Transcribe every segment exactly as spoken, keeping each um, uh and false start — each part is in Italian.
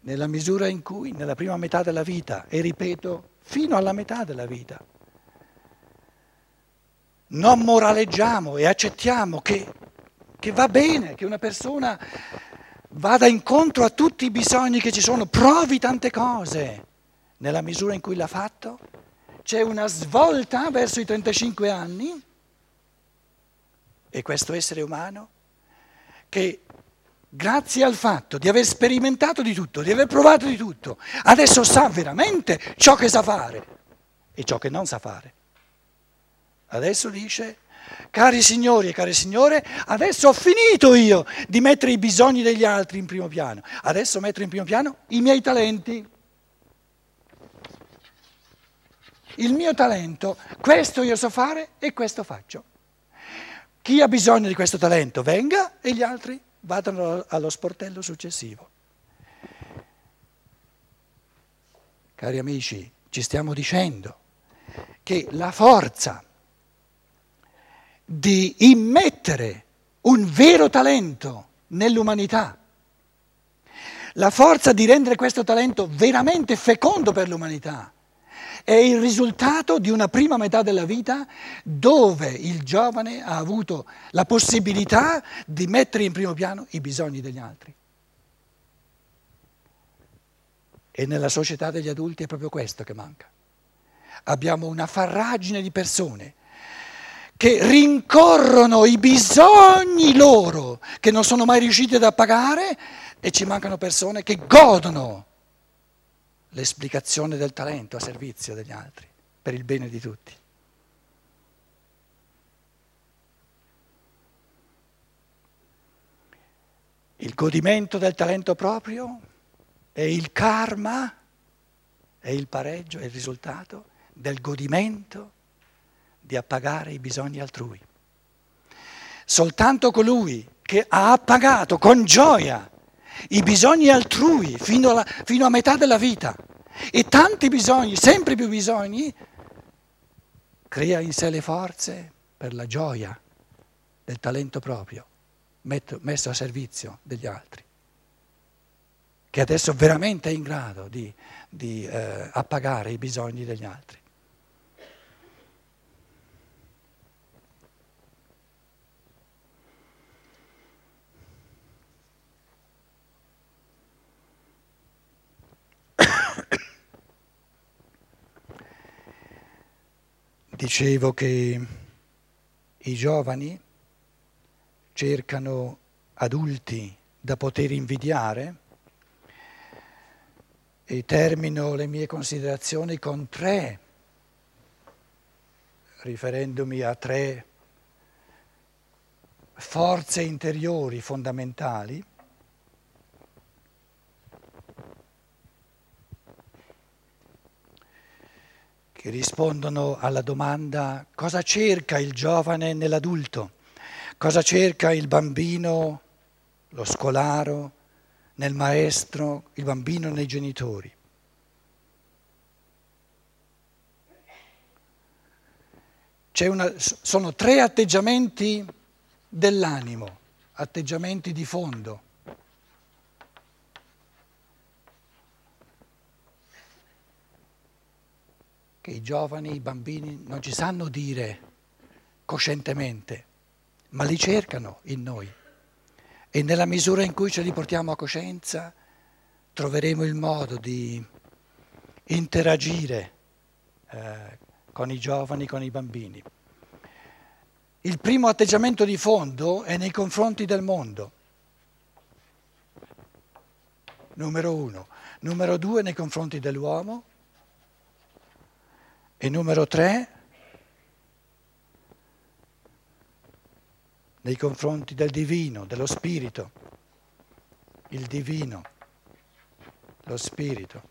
nella misura in cui nella prima metà della vita, e ripeto, fino alla metà della vita, non moraleggiamo e accettiamo che, che va bene, che una persona vada incontro a tutti i bisogni che ci sono, provi tante cose, nella misura in cui l'ha fatto, c'è una svolta verso i trentacinque anni e questo essere umano che grazie al fatto di aver sperimentato di tutto, di aver provato di tutto, adesso sa veramente ciò che sa fare e ciò che non sa fare. Adesso dice, cari signori e care signore, adesso ho finito io di mettere i bisogni degli altri in primo piano, adesso metto in primo piano i miei talenti. Il mio talento, questo io so fare e questo faccio. Chi ha bisogno di questo talento venga e gli altri vadano allo sportello successivo. Cari amici, ci stiamo dicendo che la forza di immettere un vero talento nell'umanità, la forza di rendere questo talento veramente fecondo per l'umanità, è il risultato di una prima metà della vita dove il giovane ha avuto la possibilità di mettere in primo piano i bisogni degli altri. E nella società degli adulti è proprio questo che manca. Abbiamo una farragine di persone che rincorrono i bisogni loro, che non sono mai riusciti ad appagare, e ci mancano persone che godono l'esplicazione del talento a servizio degli altri, per il bene di tutti. Il godimento del talento proprio è il karma, è il pareggio, è il risultato del godimento di appagare i bisogni altrui. Soltanto colui che ha appagato con gioia i bisogni altrui fino, alla, fino a metà della vita e tanti bisogni, sempre più bisogni, crea in sé le forze per la gioia del talento proprio metto, messo a servizio degli altri, che adesso veramente è in grado di, di eh, appagare i bisogni degli altri. Dicevo che i giovani cercano adulti da poter invidiare e termino le mie considerazioni con tre, riferendomi a tre forze interiori fondamentali che rispondono alla domanda: cosa cerca il giovane nell'adulto? Cosa cerca il bambino, lo scolaro, nel maestro, il bambino nei genitori? C'è una, sono tre atteggiamenti dell'animo, atteggiamenti di fondo. Che i giovani, i bambini non ci sanno dire coscientemente, ma li cercano in noi. E nella misura in cui ce li portiamo a coscienza, troveremo il modo di interagire eh, con i giovani, con i bambini. Il primo atteggiamento di fondo è nei confronti del mondo, numero uno. Numero due, nei confronti dell'uomo. E numero tre, nei confronti del divino, dello spirito, il divino, lo spirito.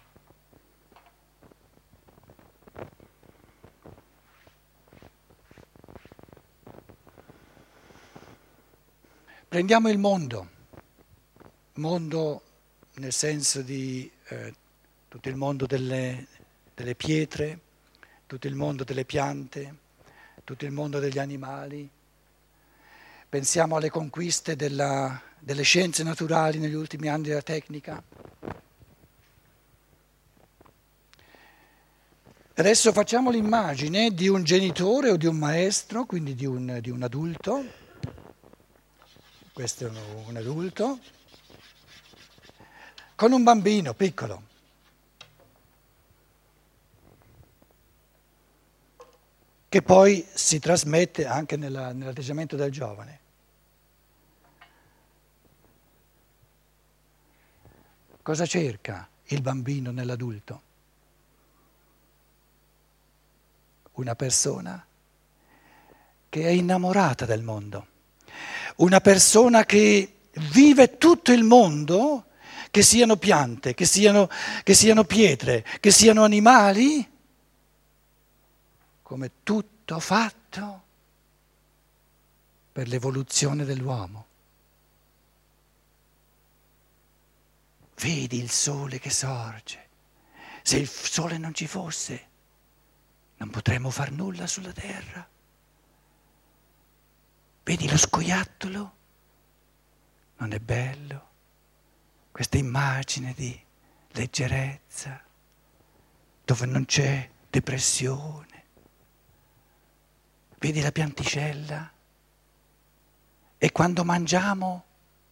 Prendiamo il mondo, mondo nel senso di eh, tutto il mondo delle, delle pietre, tutto il mondo delle piante, tutto il mondo degli animali. Pensiamo alle conquiste della, delle scienze naturali negli ultimi anni della tecnica. Adesso facciamo l'immagine di un genitore o di un maestro, quindi di un, di un adulto. Questo è un, un adulto, con un bambino piccolo. Che poi si trasmette anche nella, nell'atteggiamento del giovane. Cosa cerca il bambino nell'adulto? Una persona che è innamorata del mondo, una persona che vive tutto il mondo, che siano piante, che siano, che siano pietre, che siano animali, come tutto fatto per l'evoluzione dell'uomo. Vedi il sole che sorge. Se il sole non ci fosse, non potremmo far nulla sulla terra. Vedi lo scoiattolo? Non è bello? Questa immagine di leggerezza, dove non c'è depressione. Vedi la pianticella? E quando mangiamo,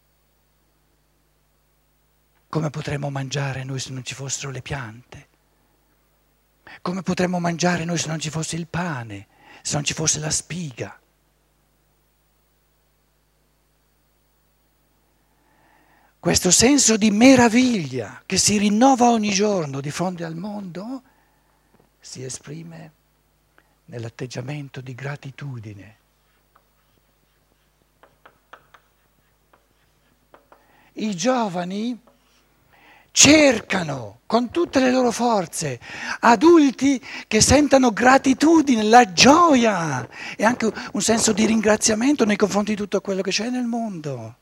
come potremmo mangiare noi se non ci fossero le piante? Come potremmo mangiare noi se non ci fosse il pane, se non ci fosse la spiga? Questo senso di meraviglia che si rinnova ogni giorno di fronte al mondo si esprime nell'atteggiamento di gratitudine. I giovani cercano con tutte le loro forze adulti che sentano gratitudine, la gioia e anche un senso di ringraziamento nei confronti di tutto quello che c'è nel mondo.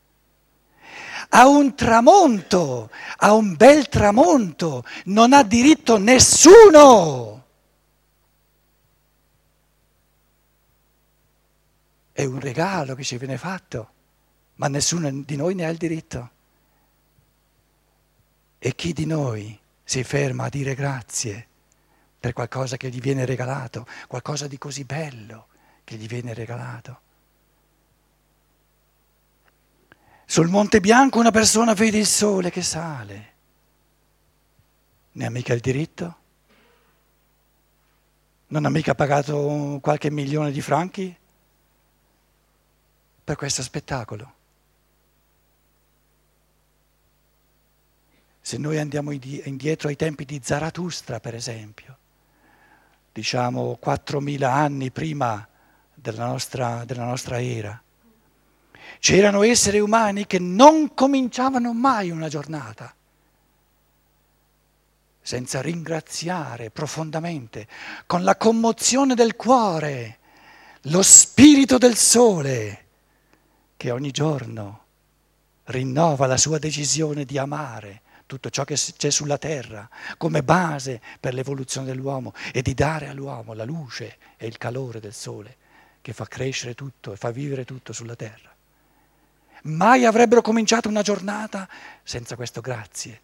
A un tramonto, a un bel tramonto, non ha diritto nessuno. È un regalo che ci viene fatto, ma nessuno di noi ne ha il diritto. E chi di noi si ferma a dire grazie per qualcosa che gli viene regalato, qualcosa di così bello che gli viene regalato? Sul Monte Bianco una persona vede il sole che sale. Ne ha mica il diritto? Non ha mica pagato qualche milione di franchi per questo spettacolo? Se noi andiamo indietro ai tempi di Zarathustra, per esempio, diciamo quattromila anni prima della nostra, della nostra era, c'erano esseri umani che non cominciavano mai una giornata senza ringraziare profondamente, con la commozione del cuore, lo spirito del sole, che ogni giorno rinnova la sua decisione di amare tutto ciò che c'è sulla terra come base per l'evoluzione dell'uomo e di dare all'uomo la luce e il calore del sole che fa crescere tutto e fa vivere tutto sulla terra. Mai avrebbero cominciato una giornata senza questo grazie.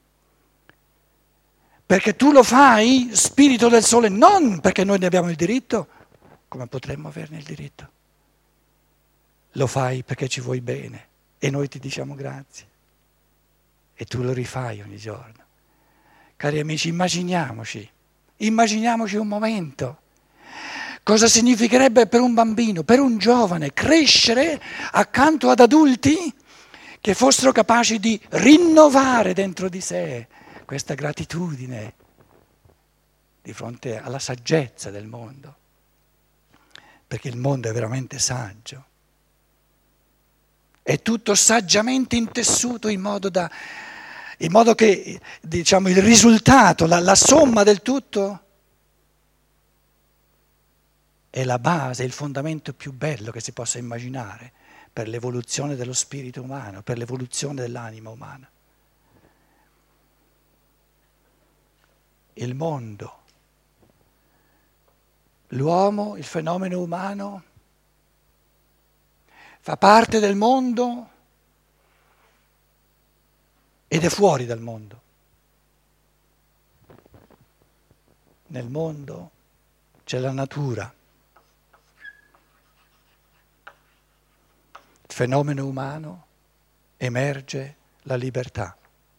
Perché tu lo fai, spirito del sole, non perché noi ne abbiamo il diritto, come potremmo averne il diritto. Lo fai perché ci vuoi bene e noi ti diciamo grazie. E tu lo rifai ogni giorno. Cari amici, immaginiamoci, immaginiamoci un momento. Cosa significherebbe per un bambino, per un giovane, crescere accanto ad adulti che fossero capaci di rinnovare dentro di sé questa gratitudine di fronte alla saggezza del mondo, perché il mondo è veramente saggio. È tutto saggiamente intessuto in modo, da, in modo che, diciamo, il risultato, la, la somma del tutto è la base, il fondamento più bello che si possa immaginare per l'evoluzione dello spirito umano, per l'evoluzione dell'anima umana. Il mondo, l'uomo, il fenomeno umano, fa parte del mondo ed è fuori dal mondo. nel mondo c'è la natura, il fenomeno umano, emerge la libertà.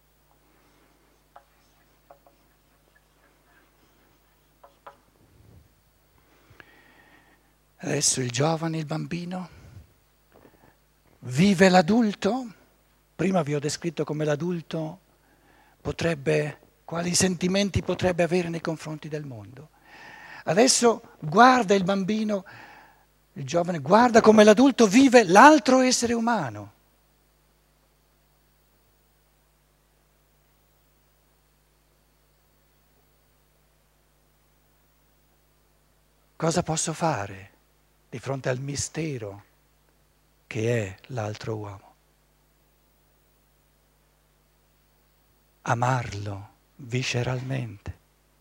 Adesso il giovane, il bambino, vive l'adulto. Prima vi ho descritto come l'adulto potrebbe, quali sentimenti potrebbe avere nei confronti del mondo. Adesso guarda il bambino, il giovane, guarda come l'adulto vive l'altro essere umano. Cosa posso fare di fronte al mistero che è l'altro uomo? Amarlo visceralmente,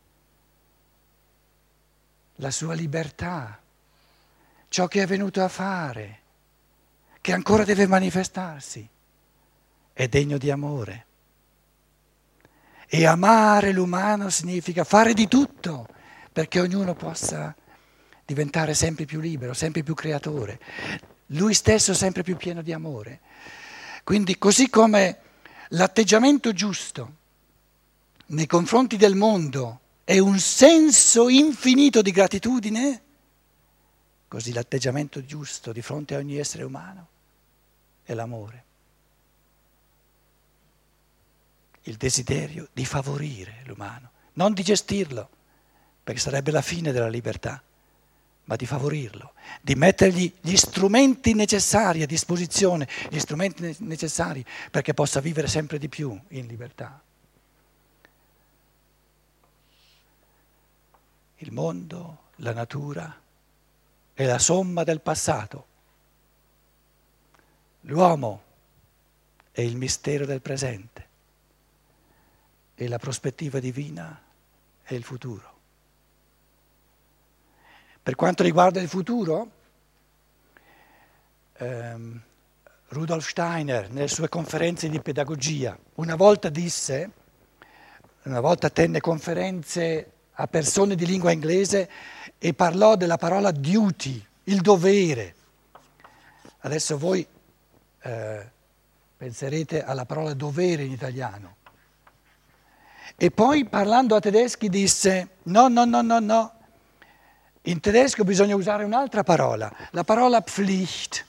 la sua libertà, ciò che è venuto a fare, che ancora deve manifestarsi, è degno di amore. E amare l'umano significa fare di tutto perché ognuno possa diventare sempre più libero, sempre più creatore, lui stesso sempre più pieno di amore. Quindi così come l'atteggiamento giusto nei confronti del mondo è un senso infinito di gratitudine, così l'atteggiamento giusto di fronte a ogni essere umano è l'amore. Il desiderio di favorire l'umano, non di gestirlo, perché sarebbe la fine della libertà, ma di favorirlo, di mettergli gli strumenti necessari a disposizione, gli strumenti necessari perché possa vivere sempre di più in libertà. Il mondo, la natura, è la somma del passato. L'uomo è il mistero del presente e la prospettiva divina è il futuro. Per quanto riguarda il futuro, ehm, Rudolf Steiner, nelle sue conferenze di pedagogia, una volta disse, una volta tenne conferenze a persone di lingua inglese e parlò della parola duty, il dovere. Adesso voi eh, penserete alla parola dovere in italiano. E poi parlando a tedeschi disse, no, no, no, no, no. In tedesco bisogna usare un'altra parola, la parola Pflicht.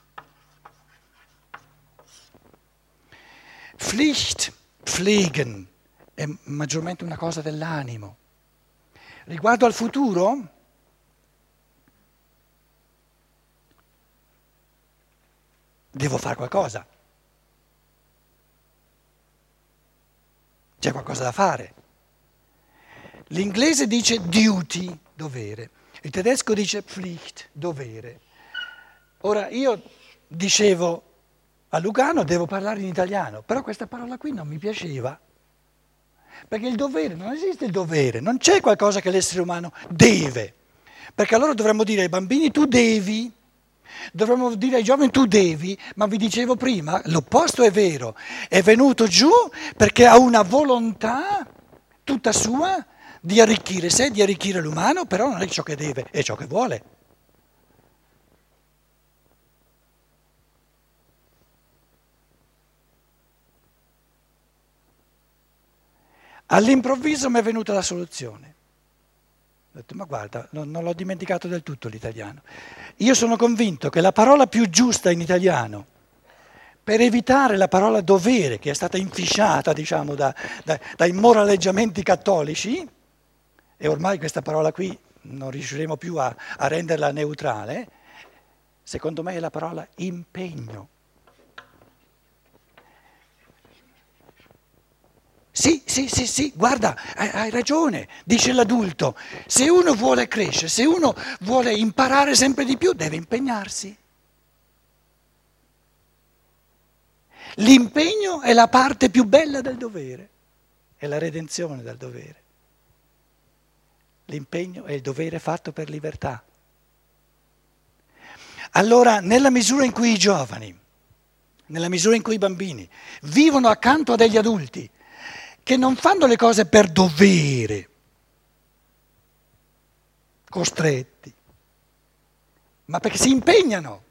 Pflicht, pflegen, è maggiormente una cosa dell'animo. Riguardo al futuro, devo fare qualcosa. C'è qualcosa da fare. L'inglese dice duty, dovere. Il tedesco dice Pflicht, dovere. Ora io dicevo a Lugano devo parlare in italiano, però questa parola qui non mi piaceva, perché il dovere, non esiste il dovere, non c'è qualcosa che l'essere umano deve, perché allora dovremmo dire ai bambini tu devi, dovremmo dire ai giovani tu devi, ma vi dicevo prima, l'opposto è vero, è venuto giù perché ha una volontà tutta sua di arricchire sé, di arricchire l'umano, però non è ciò che deve, è ciò che vuole. All'improvviso mi è venuta la soluzione. Ho detto, ma guarda, non, non l'ho dimenticato del tutto l'italiano. Io sono convinto che la parola più giusta in italiano, per evitare la parola dovere, che è stata infisciata, diciamo, da, da, dai moraleggiamenti cattolici, e ormai questa parola qui non riusciremo più a, a renderla neutrale, secondo me è la parola impegno. Sì, sì, sì, sì, guarda, hai, hai ragione, dice l'adulto, se uno vuole crescere, se uno vuole imparare sempre di più, deve impegnarsi. L'impegno è la parte più bella del dovere, è la redenzione del dovere. L'impegno è il dovere fatto per libertà. Allora, nella misura in cui i giovani, nella misura in cui i bambini vivono accanto a degli adulti, che non fanno le cose per dovere, costretti, ma perché si impegnano.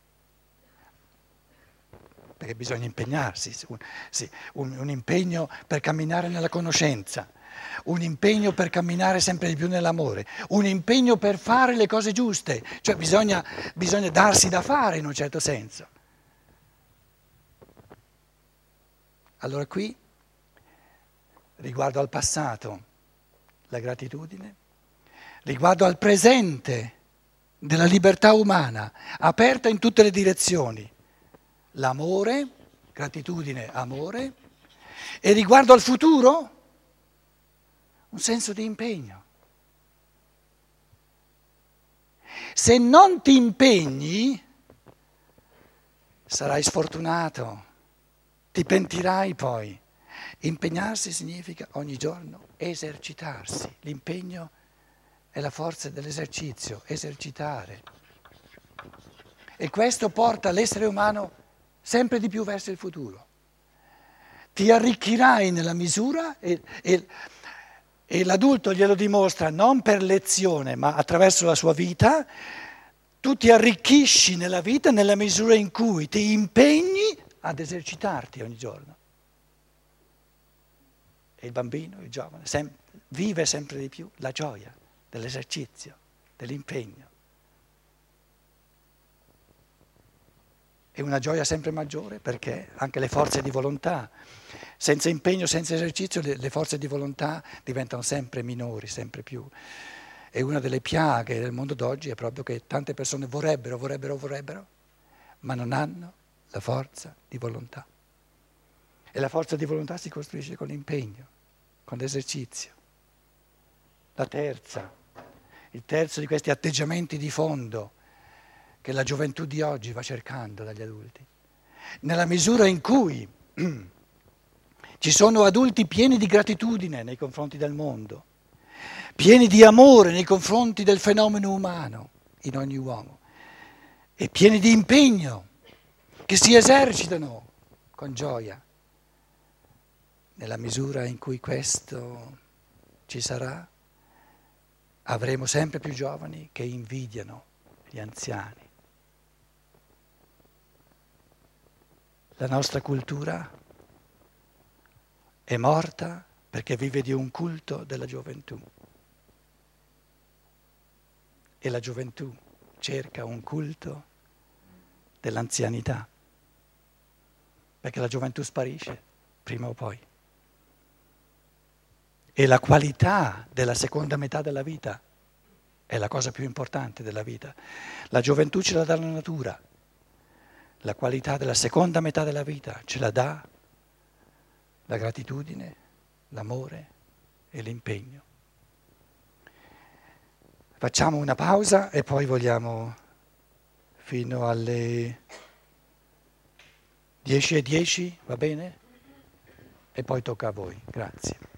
Perché bisogna impegnarsi, un, sì, un, un impegno per camminare nella conoscenza, un impegno per camminare sempre di più nell'amore, un impegno per fare le cose giuste, cioè bisogna, bisogna darsi da fare in un certo senso. Allora qui, riguardo al passato, la gratitudine, riguardo al presente della libertà umana, aperta in tutte le direzioni, l'amore, gratitudine, amore, e riguardo al futuro un senso di impegno. Se non ti impegni sarai sfortunato, ti pentirai poi. Impegnarsi significa ogni giorno esercitarsi, l'impegno è la forza dell'esercizio, esercitare. E questo porta l'essere umano sempre di più verso il futuro. Ti arricchirai nella misura e, e, e l'adulto glielo dimostra non per lezione ma attraverso la sua vita. Tu ti arricchisci nella vita nella misura in cui ti impegni ad esercitarti ogni giorno. E il bambino, il giovane, sem- vive sempre di più la gioia dell'esercizio, dell'impegno. E una gioia sempre maggiore perché anche le forze di volontà, senza impegno, senza esercizio, le, le forze di volontà diventano sempre minori, sempre più. E una delle piaghe del mondo d'oggi è proprio che tante persone vorrebbero, vorrebbero, vorrebbero, ma non hanno la forza di volontà. E la forza di volontà si costruisce con l'impegno, con l'esercizio. La terza, il terzo di questi atteggiamenti di fondo che la gioventù di oggi va cercando dagli adulti. Nella misura in cui ci sono adulti pieni di gratitudine nei confronti del mondo, pieni di amore nei confronti del fenomeno umano in ogni uomo e pieni di impegno, che si esercitano con gioia. Nella misura in cui questo ci sarà, avremo sempre più giovani che invidiano gli anziani. La nostra cultura è morta perché vive di un culto della gioventù. E la gioventù cerca un culto dell'anzianità, perché la gioventù sparisce prima o poi. E la qualità della seconda metà della vita è la cosa più importante della vita. La gioventù ce la dà la natura, la qualità della seconda metà della vita ce la dà la gratitudine, l'amore e l'impegno. Facciamo una pausa e poi vogliamo fino alle dieci e dieci, va bene? E poi tocca a voi. Grazie.